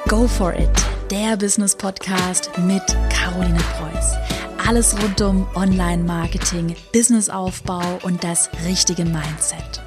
Go for it, der Business-Podcast mit Caroline Preuß. Alles rund um Online-Marketing, Businessaufbau und das richtige Mindset.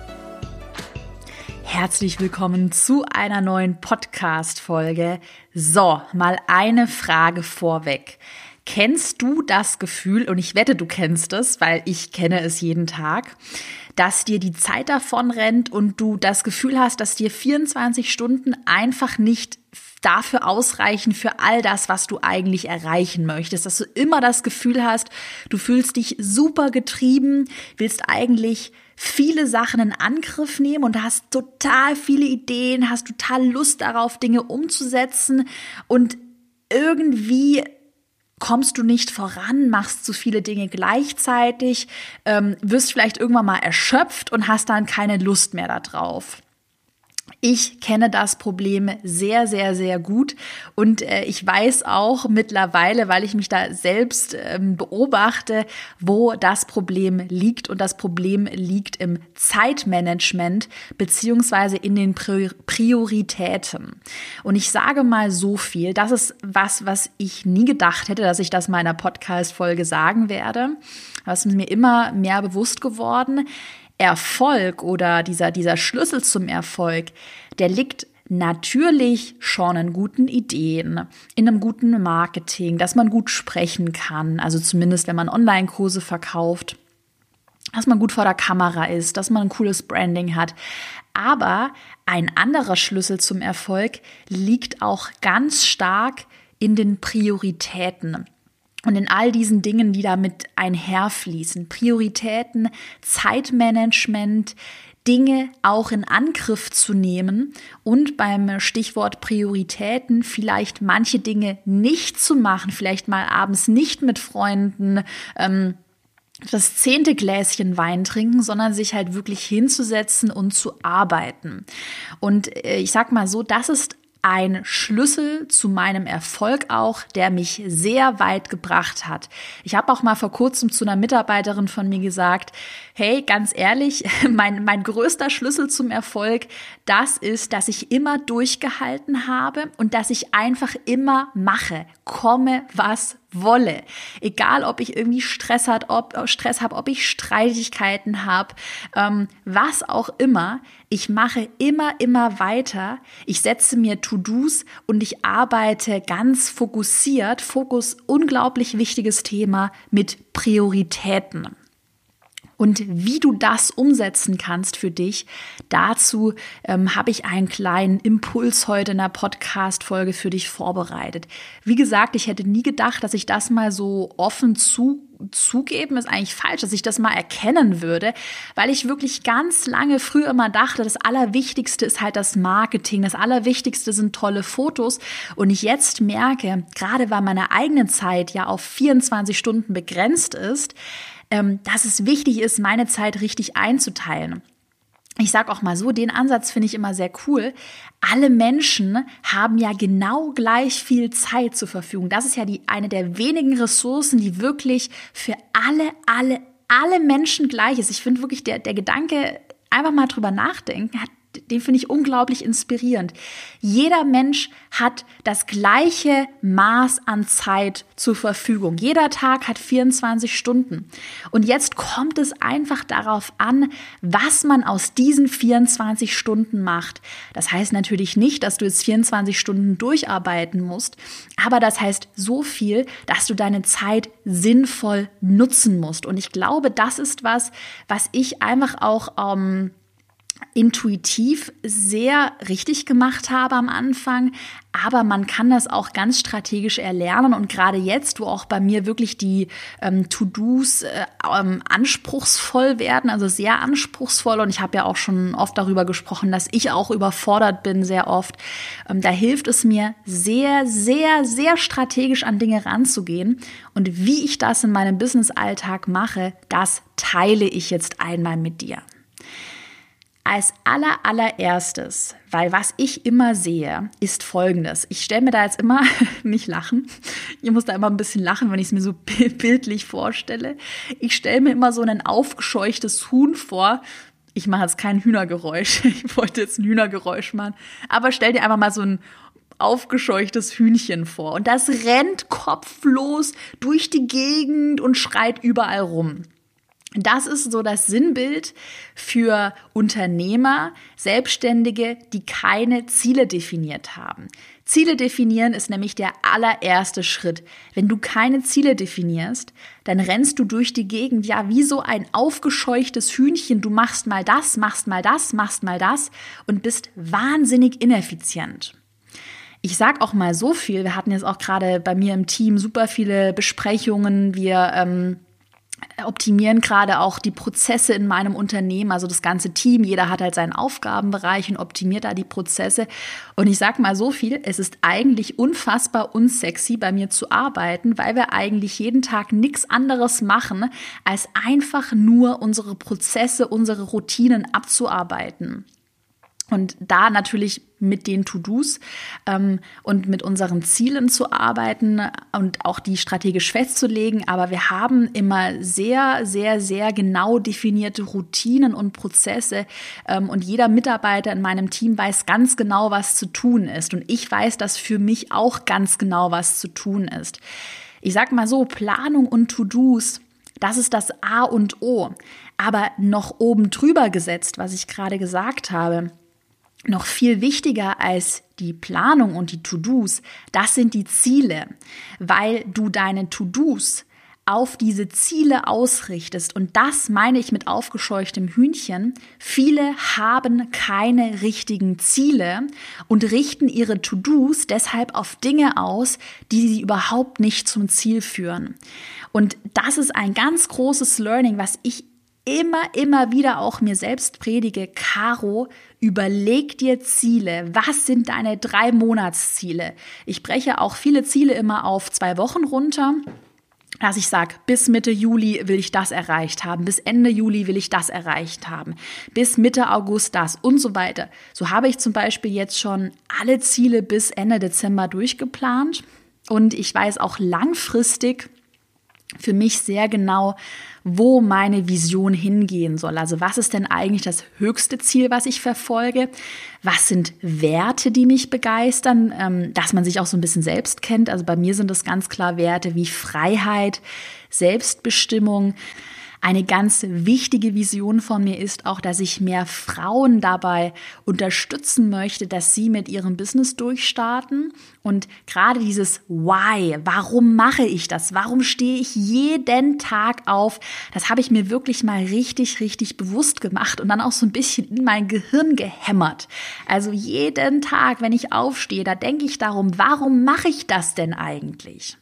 Herzlich willkommen zu einer neuen Podcast-Folge. So, mal eine Frage vorweg. Kennst du das Gefühl, und ich wette, du kennst es, weil ich kenne es jeden Tag, dass dir die Zeit davon rennt und du das Gefühl hast, dass dir 24 Stunden einfach nicht dafür ausreichen für all das, was du eigentlich erreichen möchtest, dass du immer das Gefühl hast, du fühlst dich super getrieben, willst eigentlich viele Sachen in Angriff nehmen und hast total viele Ideen, hast total Lust darauf, Dinge umzusetzen und irgendwie kommst du nicht voran, machst zu viele Dinge gleichzeitig, wirst vielleicht irgendwann mal erschöpft und hast dann keine Lust mehr darauf. Ich kenne das Problem sehr, sehr, sehr gut und ich weiß auch mittlerweile, weil ich mich da selbst beobachte, wo das Problem liegt. Und das Problem liegt im Zeitmanagement beziehungsweise in den Prioritäten. Und ich sage mal so viel, das ist was ich nie gedacht hätte, dass ich das mal in einer Podcast-Folge sagen werde. Das ist mir immer mehr bewusst geworden. Erfolg oder dieser Schlüssel zum Erfolg, der liegt natürlich schon in guten Ideen, in einem guten Marketing, dass man gut sprechen kann, also zumindest wenn man Online-Kurse verkauft, dass man gut vor der Kamera ist, dass man ein cooles Branding hat. Aber ein anderer Schlüssel zum Erfolg liegt auch ganz stark in den Prioritäten. Und in all diesen Dingen, die damit einherfließen, Prioritäten, Zeitmanagement, Dinge auch in Angriff zu nehmen und beim Stichwort Prioritäten vielleicht manche Dinge nicht zu machen, vielleicht mal abends nicht mit Freunden das 10. Gläschen Wein trinken, sondern sich halt wirklich hinzusetzen und zu arbeiten. Und ich sag mal so, das ist ein Schlüssel zu meinem Erfolg auch, der mich sehr weit gebracht hat. Ich habe auch mal vor kurzem zu einer Mitarbeiterin von mir gesagt, hey, ganz ehrlich, mein größter Schlüssel zum Erfolg, das ist, dass ich immer durchgehalten habe und dass ich einfach immer mache, komme, was wolle. Egal, ob ich irgendwie Stress habe, ob ich Streitigkeiten habe, was auch immer. Ich mache immer weiter. Ich setze mir To-Dos und ich arbeite ganz fokussiert. Fokus, unglaublich wichtiges Thema mit Prioritäten. Und wie du das umsetzen kannst für dich, dazu habe ich einen kleinen Impuls heute in der Podcast-Folge für dich vorbereitet. Wie gesagt, ich hätte nie gedacht, dass ich das mal so offen zugeben, ist eigentlich falsch, dass ich das mal erkennen würde, weil ich wirklich ganz lange früher immer dachte, das Allerwichtigste ist halt das Marketing, das Allerwichtigste sind tolle Fotos und ich jetzt merke, gerade weil meine eigene Zeit ja auf 24 Stunden begrenzt ist, dass es wichtig ist, meine Zeit richtig einzuteilen. Ich sage auch mal so, den Ansatz finde ich immer sehr cool. Alle Menschen haben ja genau gleich viel Zeit zur Verfügung. Das ist ja eine der wenigen Ressourcen, die wirklich für alle Menschen gleich ist. Ich finde wirklich, der Gedanke, einfach mal drüber nachdenken, den finde ich unglaublich inspirierend. Jeder Mensch hat das gleiche Maß an Zeit zur Verfügung. Jeder Tag hat 24 Stunden. Und jetzt kommt es einfach darauf an, was man aus diesen 24 Stunden macht. Das heißt natürlich nicht, dass du jetzt 24 Stunden durcharbeiten musst, aber das heißt so viel, dass du deine Zeit sinnvoll nutzen musst. Und ich glaube, das ist was ich einfach auch intuitiv sehr richtig gemacht habe am Anfang, aber man kann das auch ganz strategisch erlernen und gerade jetzt, wo auch bei mir wirklich die To-Dos anspruchsvoll werden, also sehr anspruchsvoll und ich habe ja auch schon oft darüber gesprochen, dass ich auch überfordert bin sehr oft, da hilft es mir sehr, sehr, sehr strategisch an Dinge ranzugehen und wie ich das in meinem Business-Alltag mache, das teile ich jetzt einmal mit dir. Als allererstes, weil was ich immer sehe, ist Folgendes. Ich stelle mir da jetzt immer, nicht lachen, ich muss da immer ein bisschen lachen, wenn ich es mir so bildlich vorstelle. Ich stelle mir immer so ein aufgescheuchtes Huhn vor. Ich mache jetzt kein Hühnergeräusch, ich wollte jetzt ein Hühnergeräusch machen. Aber stell dir einfach mal so ein aufgescheuchtes Hühnchen vor und das rennt kopflos durch die Gegend und schreit überall rum. Das ist so das Sinnbild für Unternehmer, Selbstständige, die keine Ziele definiert haben. Ziele definieren ist nämlich der allererste Schritt. Wenn du keine Ziele definierst, dann rennst du durch die Gegend, ja, wie so ein aufgescheuchtes Hühnchen. Du machst mal das, machst mal das, machst mal das und bist wahnsinnig ineffizient. Ich sag auch mal so viel, wir hatten jetzt auch gerade bei mir im Team super viele Besprechungen, wir optimieren gerade auch die Prozesse in meinem Unternehmen, also das ganze Team. Jeder hat halt seinen Aufgabenbereich und optimiert da die Prozesse. Und ich sag mal so viel, es ist eigentlich unfassbar unsexy, bei mir zu arbeiten, weil wir eigentlich jeden Tag nichts anderes machen, als einfach nur unsere Prozesse, unsere Routinen abzuarbeiten. Und da natürlich mit den To-Dos und mit unseren Zielen zu arbeiten und auch die strategisch festzulegen. Aber wir haben immer sehr, sehr, sehr genau definierte Routinen und Prozesse. Und jeder Mitarbeiter in meinem Team weiß ganz genau, was zu tun ist. Und ich weiß, dass für mich auch ganz genau was zu tun ist. Ich sag mal so, Planung und To-Dos, das ist das A und O. Aber noch oben drüber gesetzt, was ich gerade gesagt habe, noch viel wichtiger als die Planung und die To-Dos, das sind die Ziele, weil du deine To-Dos auf diese Ziele ausrichtest. Und das meine ich mit aufgescheuchtem Hühnchen. Viele haben keine richtigen Ziele und richten ihre To-Dos deshalb auf Dinge aus, die sie überhaupt nicht zum Ziel führen. Und das ist ein ganz großes Learning, was ich immer wieder auch mir selbst predige. Caro, überleg dir Ziele. Was sind deine 3 Monatsziele? Ich breche auch viele Ziele immer auf 2 Wochen runter, dass ich sage, bis Mitte Juli will ich das erreicht haben, bis Ende Juli will ich das erreicht haben, bis Mitte August das und so weiter. So habe ich zum Beispiel jetzt schon alle Ziele bis Ende Dezember durchgeplant und ich weiß auch langfristig für mich sehr genau, wo meine Vision hingehen soll. Also was ist denn eigentlich das höchste Ziel, was ich verfolge? Was sind Werte, die mich begeistern? Dass man sich auch so ein bisschen selbst kennt. Also bei mir sind das ganz klar Werte wie Freiheit, Selbstbestimmung. Eine ganz wichtige Vision von mir ist auch, dass ich mehr Frauen dabei unterstützen möchte, dass sie mit ihrem Business durchstarten. Und gerade dieses Why, warum mache ich das? Warum stehe ich jeden Tag auf? Das habe ich mir wirklich mal richtig bewusst gemacht und dann auch so ein bisschen in mein Gehirn gehämmert. Also jeden Tag, wenn ich aufstehe, da denke ich darum, warum mache ich das denn eigentlich?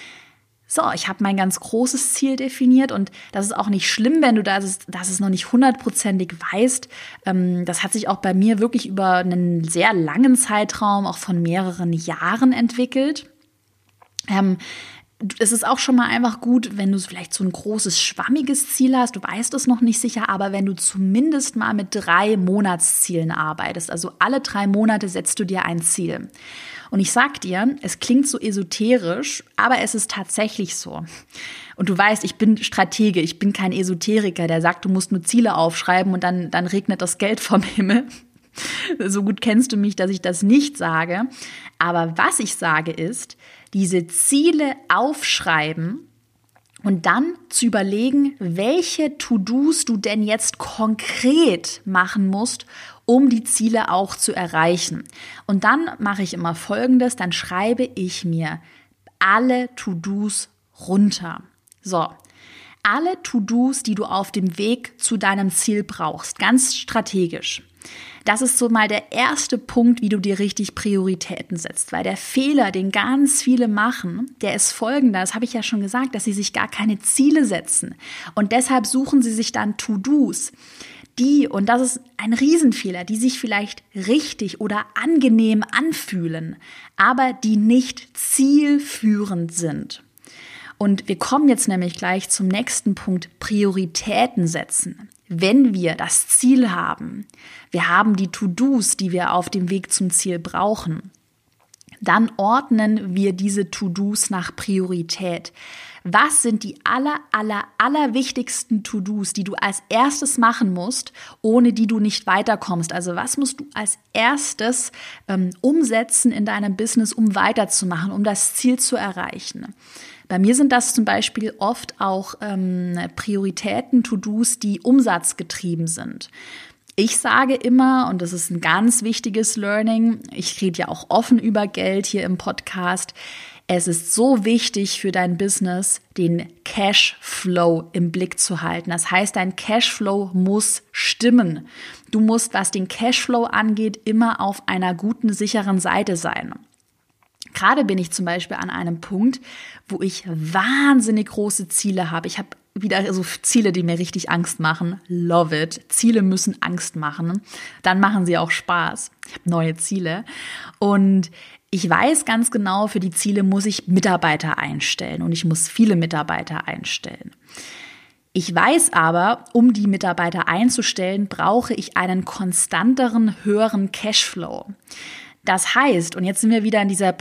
So, ich habe mein ganz großes Ziel definiert und das ist auch nicht schlimm, wenn du das noch nicht 100%ig weißt. Das hat sich auch bei mir wirklich über einen sehr langen Zeitraum, auch von mehreren Jahren entwickelt. Es ist auch schon mal einfach gut, wenn du vielleicht so ein großes, schwammiges Ziel hast, du weißt es noch nicht sicher, aber wenn du zumindest mal mit 3 Monatszielen arbeitest, also alle 3 Monate setzt du dir ein Ziel. Und ich sag dir, es klingt so esoterisch, aber es ist tatsächlich so. Und du weißt, ich bin Stratege, ich bin kein Esoteriker, der sagt, du musst nur Ziele aufschreiben und dann regnet das Geld vom Himmel. So gut kennst du mich, dass ich das nicht sage. Aber was ich sage ist, diese Ziele aufschreiben und dann zu überlegen, welche To-Dos du denn jetzt konkret machen musst, um die Ziele auch zu erreichen. Und dann mache ich immer Folgendes, dann schreibe ich mir alle To-Dos runter. So, alle To-Dos, die du auf dem Weg zu deinem Ziel brauchst, ganz strategisch. Das ist so mal der erste Punkt, wie du dir richtig Prioritäten setzt. Weil der Fehler, den ganz viele machen, der ist folgender, das habe ich ja schon gesagt, dass sie sich gar keine Ziele setzen. Und deshalb suchen sie sich dann To-Dos, die, und das ist ein Riesenfehler, die sich vielleicht richtig oder angenehm anfühlen, aber die nicht zielführend sind. Und wir kommen jetzt nämlich gleich zum nächsten Punkt, Prioritäten setzen. Wenn wir das Ziel haben, wir haben die To-Dos, die wir auf dem Weg zum Ziel brauchen, dann ordnen wir diese To-Dos nach Priorität. Was sind die aller wichtigsten To-Dos, die du als erstes machen musst, ohne die du nicht weiterkommst? Also was musst du als erstes umsetzen in deinem Business, um weiterzumachen, um das Ziel zu erreichen? Bei mir sind das zum Beispiel oft auch Prioritäten, To-Dos, die umsatzgetrieben sind. Ich sage immer, und das ist ein ganz wichtiges Learning, ich rede ja auch offen über Geld hier im Podcast, es ist so wichtig für dein Business, den Cashflow im Blick zu halten. Das heißt, dein Cashflow muss stimmen. Du musst, was den Cashflow angeht, immer auf einer guten, sicheren Seite sein. Gerade bin ich zum Beispiel an einem Punkt, wo ich wahnsinnig große Ziele habe. Ich habe wieder so Ziele, die mir richtig Angst machen. Love it. Ziele müssen Angst machen. Dann machen sie auch Spaß. Ich habe neue Ziele. Und ich weiß ganz genau, für die Ziele muss ich Mitarbeiter einstellen. Und ich muss viele Mitarbeiter einstellen. Ich weiß aber, um die Mitarbeiter einzustellen, brauche ich einen konstanteren, höheren Cashflow. Das heißt, und jetzt sind wir wieder in dieser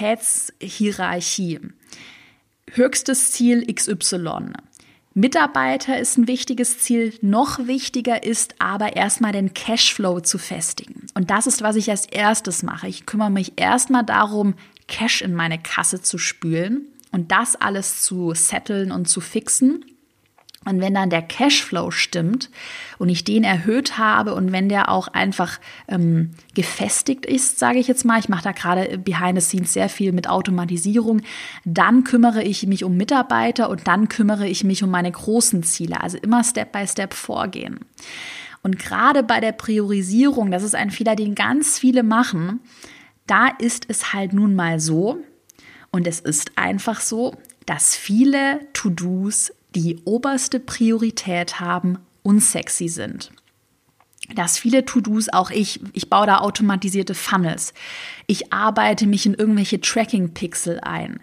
Prioritätshierarchie, höchstes Ziel XY. Mitarbeiter ist ein wichtiges Ziel. Noch wichtiger ist aber erstmal den Cashflow zu festigen. Und das ist, was ich als erstes mache. Ich kümmere mich erstmal darum, Cash in meine Kasse zu spülen und das alles zu setteln und zu fixen. Und wenn dann der Cashflow stimmt und ich den erhöht habe und wenn der auch einfach gefestigt ist, sage ich jetzt mal, ich mache da gerade behind the scenes sehr viel mit Automatisierung, dann kümmere ich mich um Mitarbeiter und dann kümmere ich mich um meine großen Ziele, also immer Step by Step vorgehen. Und gerade bei der Priorisierung, das ist ein Fehler, den ganz viele machen, da ist es halt nun mal so und es ist einfach so, dass viele To-Dos die oberste Priorität haben, unsexy sind. Dass viele To-Dos, auch ich baue da automatisierte Funnels. Ich arbeite mich in irgendwelche Tracking-Pixel ein.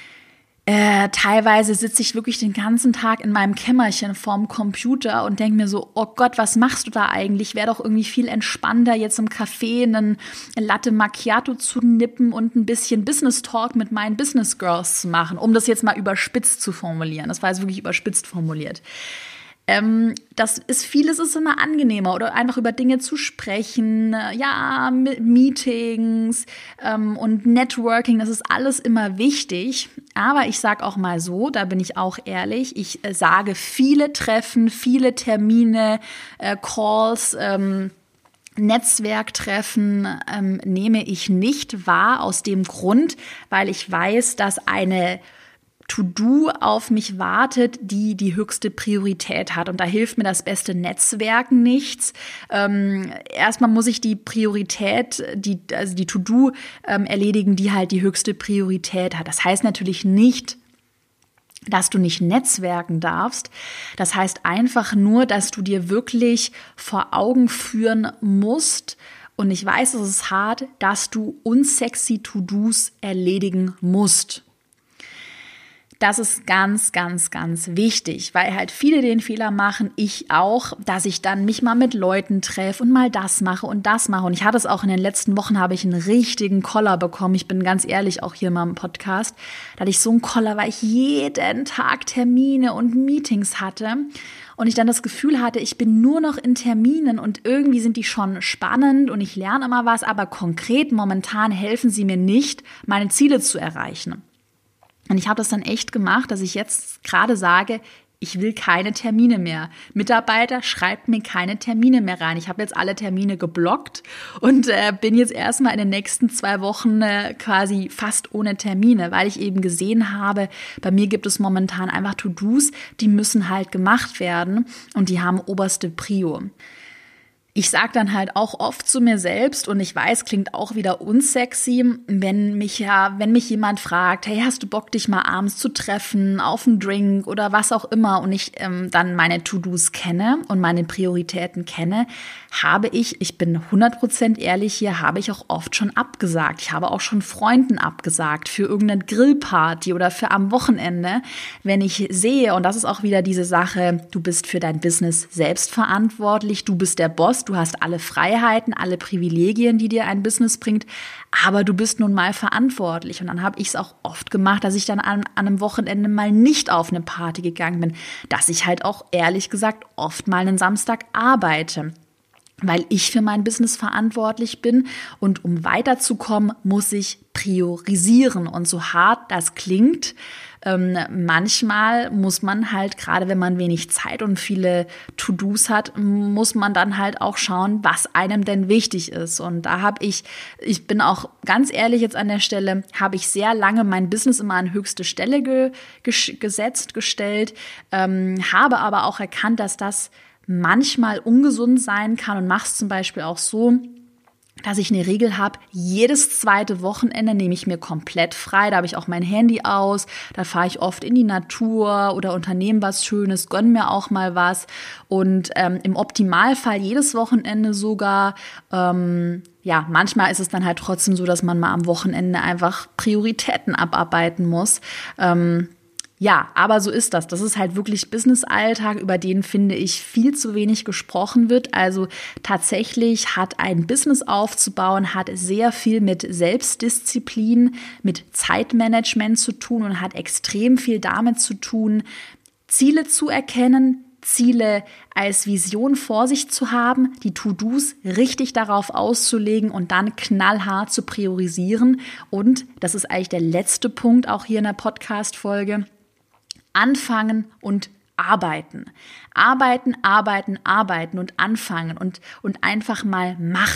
Teilweise sitze ich wirklich den ganzen Tag in meinem Kämmerchen vorm Computer und denke mir so, oh Gott, was machst du da eigentlich? Wäre doch irgendwie viel entspannter, jetzt im Café einen Latte Macchiato zu nippen und ein bisschen Business Talk mit meinen Business Girls zu machen, um das jetzt mal überspitzt zu formulieren. Das war jetzt wirklich überspitzt formuliert. Vieles ist immer angenehmer oder einfach über Dinge zu sprechen, ja, Meetings und Networking, das ist alles immer wichtig. Aber ich sage auch mal so, da bin ich auch ehrlich, ich sage viele Treffen, viele Termine, Calls, Netzwerktreffen nehme ich nicht wahr aus dem Grund, weil ich weiß, dass eine To-Do auf mich wartet, die höchste Priorität hat. Und da hilft mir das beste Netzwerken nichts. Erstmal muss ich die Priorität, die To-Do erledigen, die halt die höchste Priorität hat. Das heißt natürlich nicht, dass du nicht netzwerken darfst. Das heißt einfach nur, dass du dir wirklich vor Augen führen musst, und ich weiß, es ist hart, dass du unsexy To-Dos erledigen musst. Das ist ganz, ganz, ganz wichtig, weil halt viele den Fehler machen, ich auch, dass ich dann mich mal mit Leuten treffe und mal das mache und das mache. Und ich hatte es auch in den letzten Wochen, habe ich einen richtigen Koller bekommen. Ich bin ganz ehrlich auch hier mal im Podcast. Da hatte ich so einen Koller, weil ich jeden Tag Termine und Meetings hatte. Und ich dann das Gefühl hatte, ich bin nur noch in Terminen und irgendwie sind die schon spannend und ich lerne immer was, aber konkret momentan helfen sie mir nicht, meine Ziele zu erreichen. Und ich habe das dann echt gemacht, dass ich jetzt gerade sage, ich will keine Termine mehr. Mitarbeiter, schreibt mir keine Termine mehr rein. Ich habe jetzt alle Termine geblockt und bin jetzt erstmal in den nächsten 2 Wochen quasi fast ohne Termine, weil ich eben gesehen habe, bei mir gibt es momentan einfach To-Dos, die müssen halt gemacht werden und die haben oberste Prio. Ich sage dann halt auch oft zu mir selbst, und ich weiß, klingt auch wieder unsexy, wenn mich jemand fragt, hey, hast du Bock, dich mal abends zu treffen, auf einen Drink oder was auch immer, und ich dann meine To-Dos kenne und meine Prioritäten kenne, ich bin 100% ehrlich hier, habe ich auch oft schon abgesagt. Ich habe auch schon Freunden abgesagt für irgendeine Grillparty oder für am Wochenende, wenn ich sehe, und das ist auch wieder diese Sache, du bist für dein Business selbst verantwortlich, du bist der Boss, Boss, du hast alle Freiheiten, alle Privilegien, die dir ein Business bringt, aber du bist nun mal verantwortlich. Und dann habe ich es auch oft gemacht, dass ich dann an einem Wochenende mal nicht auf eine Party gegangen bin, dass ich halt auch ehrlich gesagt oft mal einen Samstag arbeite, weil ich für mein Business verantwortlich bin und um weiterzukommen, muss ich priorisieren. Und so hart das klingt, manchmal muss man halt, gerade wenn man wenig Zeit und viele To-Dos hat, muss man dann halt auch schauen, was einem denn wichtig ist. Und da habe ich bin auch ganz ehrlich jetzt an der Stelle, habe ich sehr lange mein Business immer an höchste Stelle gestellt, habe aber auch erkannt, dass das manchmal ungesund sein kann und mache es zum Beispiel auch so, dass ich eine Regel habe, jedes zweite Wochenende nehme ich mir komplett frei, da habe ich auch mein Handy aus, da fahre ich oft in die Natur oder unternehme was Schönes, gönne mir auch mal was und im Optimalfall jedes Wochenende sogar, manchmal ist es dann halt trotzdem so, dass man mal am Wochenende einfach Prioritäten abarbeiten muss. Ja, aber so ist das. Das ist halt wirklich Business-Alltag, über den, finde ich, viel zu wenig gesprochen wird. Also tatsächlich hat ein Business aufzubauen, hat sehr viel mit Selbstdisziplin, mit Zeitmanagement zu tun und hat extrem viel damit zu tun, Ziele zu erkennen, Ziele als Vision vor sich zu haben, die To-Dos richtig darauf auszulegen und dann knallhart zu priorisieren. Und das ist eigentlich der letzte Punkt auch hier in der Podcast-Folge. Anfangen und arbeiten. Arbeiten und anfangen und einfach mal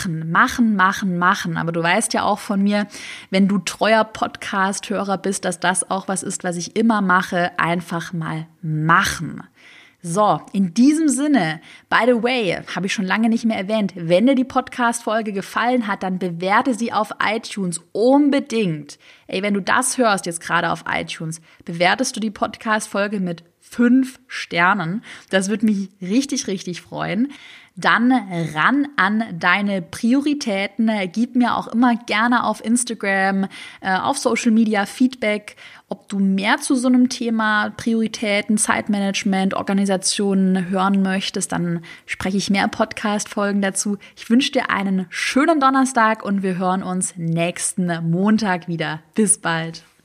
machen. Aber du weißt ja auch von mir, wenn du treuer Podcast-Hörer bist, dass das auch was ist, was ich immer mache, einfach mal machen. So, in diesem Sinne, by the way, habe ich schon lange nicht mehr erwähnt, wenn dir die Podcast-Folge gefallen hat, dann bewerte sie auf iTunes unbedingt. Ey, wenn du das hörst jetzt gerade auf iTunes, bewertest du die Podcast-Folge mit 5 Sternen. Das würde mich richtig, richtig freuen. Dann ran an deine Prioritäten. Gib mir auch immer gerne auf Instagram, auf Social Media Feedback, ob du mehr zu so einem Thema Prioritäten, Zeitmanagement, Organisationen hören möchtest. Dann spreche ich mehr Podcast-Folgen dazu. Ich wünsche dir einen schönen Donnerstag und wir hören uns nächsten Montag wieder. Bis bald.